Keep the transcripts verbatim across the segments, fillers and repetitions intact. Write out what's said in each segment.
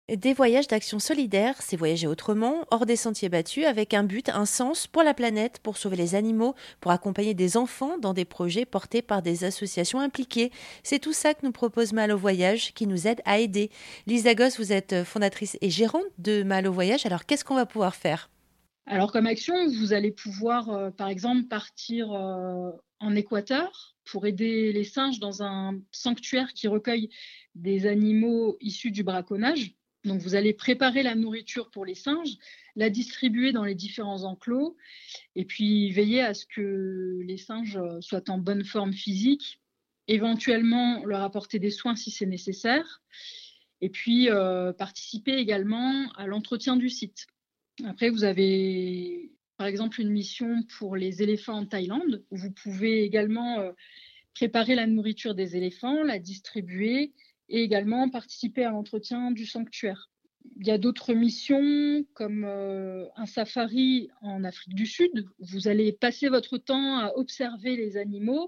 Des voyages d'action solidaire, c'est voyager autrement, hors des sentiers battus, avec un but, un sens pour la planète, pour sauver les animaux, pour accompagner des enfants dans des projets portés par des associations impliquées. C'est tout ça que nous propose Malo Voyage, qui nous aide à aider. Lisa Goss, vous êtes fondatrice et gérante de Malo Voyage, alors qu'est-ce qu'on va pouvoir faire ? Alors comme action, vous allez pouvoir, euh, par exemple, partir euh, en Équateur pour aider les singes dans un sanctuaire qui recueille des animaux issus du braconnage. Donc vous allez préparer la nourriture pour les singes, la distribuer dans les différents enclos et puis veiller à ce que les singes soient en bonne forme physique, éventuellement leur apporter des soins si c'est nécessaire et puis euh, participer également à l'entretien du site. Après, vous avez par exemple une mission pour les éléphants en Thaïlande, où vous pouvez également euh, préparer la nourriture des éléphants, la distribuer et également participer à l'entretien du sanctuaire. Il y a d'autres missions comme euh, un safari en Afrique du Sud. Vous allez passer votre temps à observer les animaux,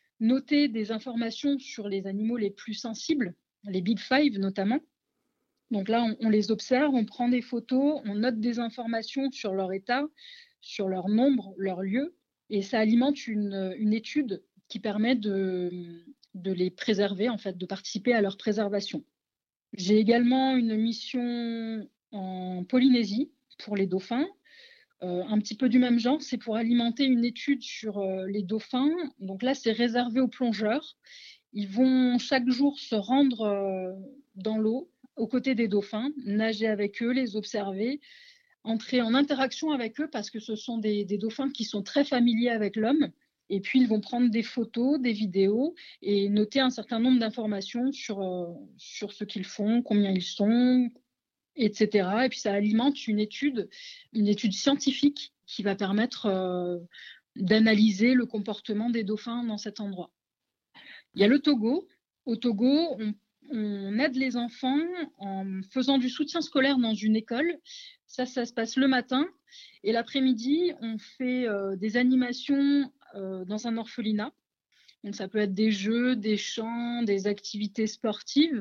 noter des informations sur les animaux les plus sensibles, les Big Five notamment. Donc là, on, on les observe, on prend des photos, on note des informations sur leur état, sur leur nombre, leur lieu, et ça alimente une, une étude qui permet de, de les préserver, en fait, de participer à leur préservation. J'ai également une mission en Polynésie pour les dauphins, euh, un petit peu du même genre, c'est pour alimenter une étude sur euh, les dauphins. Donc là, c'est réservé aux plongeurs. Ils vont chaque jour se rendre euh, dans l'eau, aux côtés des dauphins, nager avec eux, les observer, entrer en interaction avec eux parce que ce sont des, des dauphins qui sont très familiers avec l'homme. Et puis, ils vont prendre des photos, des vidéos et noter un certain nombre d'informations sur, euh, sur ce qu'ils font, combien ils sont, et cetera. Et puis, ça alimente une étude, une étude scientifique qui va permettre euh, d'analyser le comportement des dauphins dans cet endroit. Il y a le Togo. Au Togo, on on aide les enfants en faisant du soutien scolaire dans une école. Ça, ça se passe le matin. Et l'après-midi, on fait euh, des animations euh, dans un orphelinat. Donc, ça peut être des jeux, des chants, des activités sportives.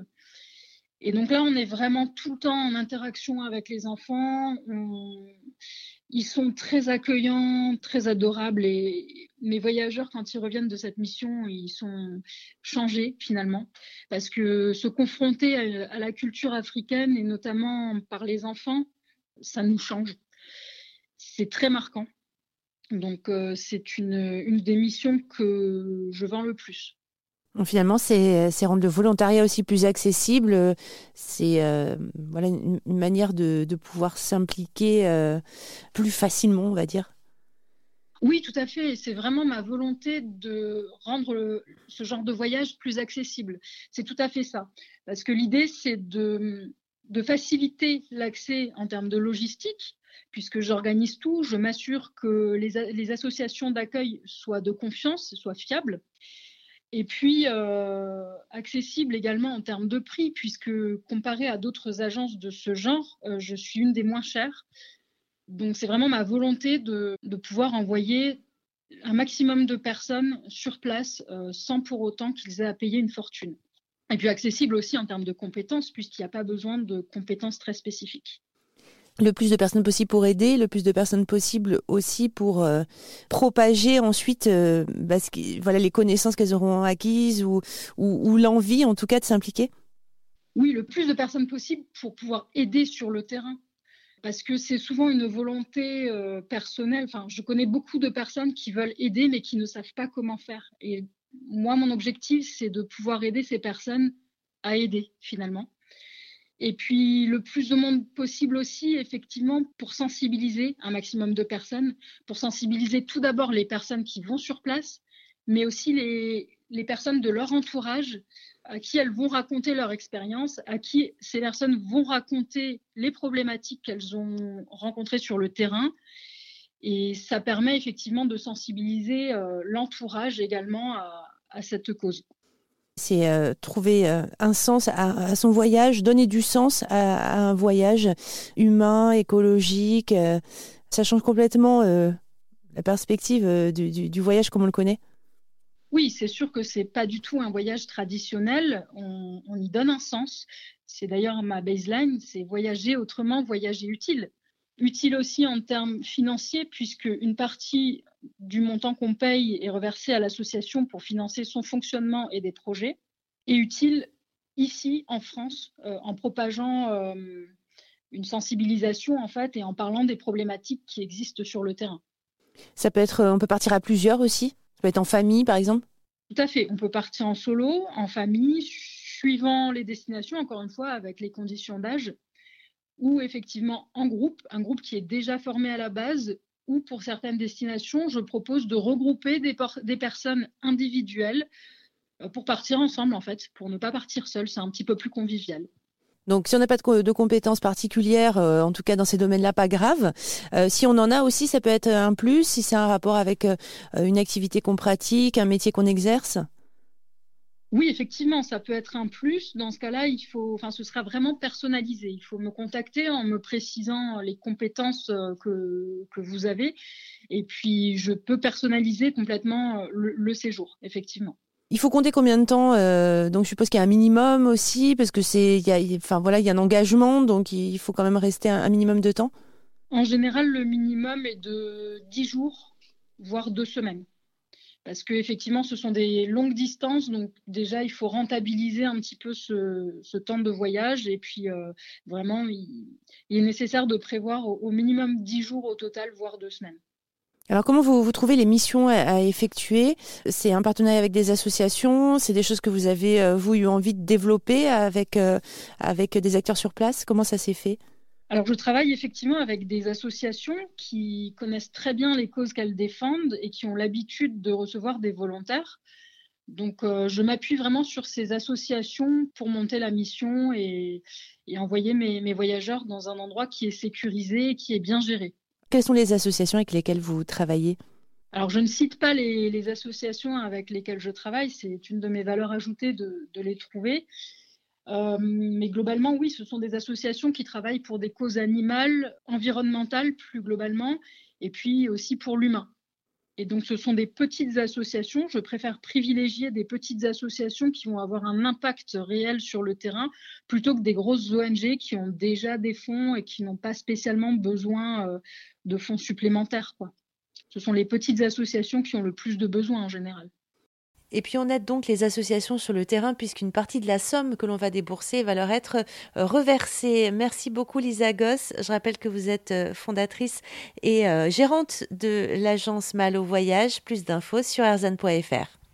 Et donc là, on est vraiment tout le temps en interaction avec les enfants. On... Ils sont très accueillants, très adorables. Et mes voyageurs, quand ils reviennent de cette mission, ils sont changés finalement. Parce que se confronter à, à la culture africaine, et notamment par les enfants, ça nous change. C'est très marquant. Donc, euh, c'est une, une des missions que je vends le plus. Finalement, c'est, c'est rendre le volontariat aussi plus accessible. C'est euh, voilà, une, une manière de, de pouvoir s'impliquer euh, plus facilement, on va dire. Oui, tout à fait. C'est vraiment ma volonté de rendre le- ce genre de voyage plus accessible. C'est tout à fait ça. Parce que l'idée, c'est de, de faciliter l'accès en termes de logistique, puisque j'organise tout. Je m'assure que les, a- les associations d'accueil soient de confiance, soient fiables. Et puis, euh, accessible également en termes de prix, puisque comparé à d'autres agences de ce genre, euh, je suis une des moins chères. Donc, c'est vraiment ma volonté de, de pouvoir envoyer un maximum de personnes sur place euh, sans pour autant qu'ils aient à payer une fortune. Et puis accessible aussi en termes de compétences, puisqu'il n'y a pas besoin de compétences très spécifiques. Le plus de personnes possible pour aider, le plus de personnes possible aussi pour euh, propager ensuite euh, bah, ce qui- voilà, les connaissances qu'elles auront acquises ou, ou, ou l'envie en tout cas de s'impliquer. Oui, le plus de personnes possible pour pouvoir aider sur le terrain. Parce que c'est souvent une volonté euh, personnelle. Enfin, je connais beaucoup de personnes qui veulent aider, mais qui ne savent pas comment faire. Et moi, mon objectif, c'est de pouvoir aider ces personnes à aider, finalement. Et puis, le plus de monde possible aussi, effectivement, pour sensibiliser un maximum de personnes, pour sensibiliser tout d'abord les personnes qui vont sur place, mais aussi les, les personnes de leur entourage à qui elles vont raconter leur expérience, à qui ces personnes vont raconter les problématiques qu'elles ont rencontrées sur le terrain. Et ça permet effectivement de sensibiliser euh, l'entourage également à, à cette cause. C'est euh, trouver euh, un sens à, à son voyage, donner du sens à, à un voyage humain, écologique. Euh, ça change complètement euh, la perspective euh, du, du, du voyage comme on le connaît. Oui, c'est sûr que c'est pas du tout un voyage traditionnel. On, on y donne un sens. C'est d'ailleurs ma baseline, c'est voyager autrement, voyager utile. Utile aussi en termes financiers, puisque une partie du montant qu'on paye est reversée à l'association pour financer son fonctionnement et des projets. Et utile ici, en France, euh, en propageant euh, une sensibilisation, en fait, et en parlant des problématiques qui existent sur le terrain. Ça peut être, on peut partir à plusieurs aussi. Ça peut être en famille, par exemple. Tout à fait. On peut partir en solo, en famille, suivant les destinations, encore une fois, avec les conditions d'âge, ou effectivement en groupe, un groupe qui est déjà formé à la base, ou pour certaines destinations, je propose de regrouper des, des personnes individuelles pour partir ensemble, en fait, pour ne pas partir seul. C'est un petit peu plus convivial. Donc, si on n'a pas de, de compétences particulières, euh, en tout cas dans ces domaines-là, pas grave. Euh, si on en a aussi, ça peut être un plus, si c'est un rapport avec euh, une activité qu'on pratique, un métier qu'on exerce. Oui, effectivement, ça peut être un plus. Dans ce cas-là, il faut, enfin, ce sera vraiment personnalisé. Il faut me contacter en me précisant les compétences que, que vous avez. Et puis, je peux personnaliser complètement le, le séjour, effectivement. Il faut compter combien de temps euh, Donc, je suppose qu'il y a un minimum aussi, parce que c'est, il y a, enfin voilà, il y a un engagement, donc il faut quand même rester un, un minimum de temps. En général, le minimum est de dix jours, voire deux semaines. Parce qu'effectivement, ce sont des longues distances. Donc déjà, il faut rentabiliser un petit peu ce, ce temps de voyage. Et puis, euh, vraiment, il, il est nécessaire de prévoir au, au minimum dix jours au total, voire deux semaines. Alors, comment vous, vous trouvez les missions à, à effectuer ? C'est un partenariat avec des associations ? C'est des choses que vous avez, euh, vous, eu envie de développer avec, euh, avec des acteurs sur place ? Comment ça s'est fait ? Alors, je travaille effectivement avec des associations qui connaissent très bien les causes qu'elles défendent et qui ont l'habitude de recevoir des volontaires. Donc, euh, je m'appuie vraiment sur ces associations pour monter la mission et, et envoyer mes, mes voyageurs dans un endroit qui est sécurisé et qui est bien géré. Quelles sont les associations avec lesquelles vous travaillez ? Alors, je ne cite pas les, les associations avec lesquelles je travaille, c'est une de mes valeurs ajoutées de, de les trouver. Euh, mais globalement, oui, ce sont des associations qui travaillent pour des causes animales, environnementales plus globalement, et puis aussi pour l'humain. Et donc, ce sont des petites associations. Je préfère privilégier des petites associations qui vont avoir un impact réel sur le terrain plutôt que des grosses O N G qui ont déjà des fonds et qui n'ont pas spécialement besoin euh, de fonds supplémentaires, quoi. Ce sont les petites associations qui ont le plus de besoins en général. Et puis on aide donc les associations sur le terrain puisqu'une partie de la somme que l'on va débourser va leur être reversée. Merci beaucoup Lisa Goss. Je rappelle que vous êtes fondatrice et gérante de l'agence Malo Voyage. Plus d'infos sur erzan point f r.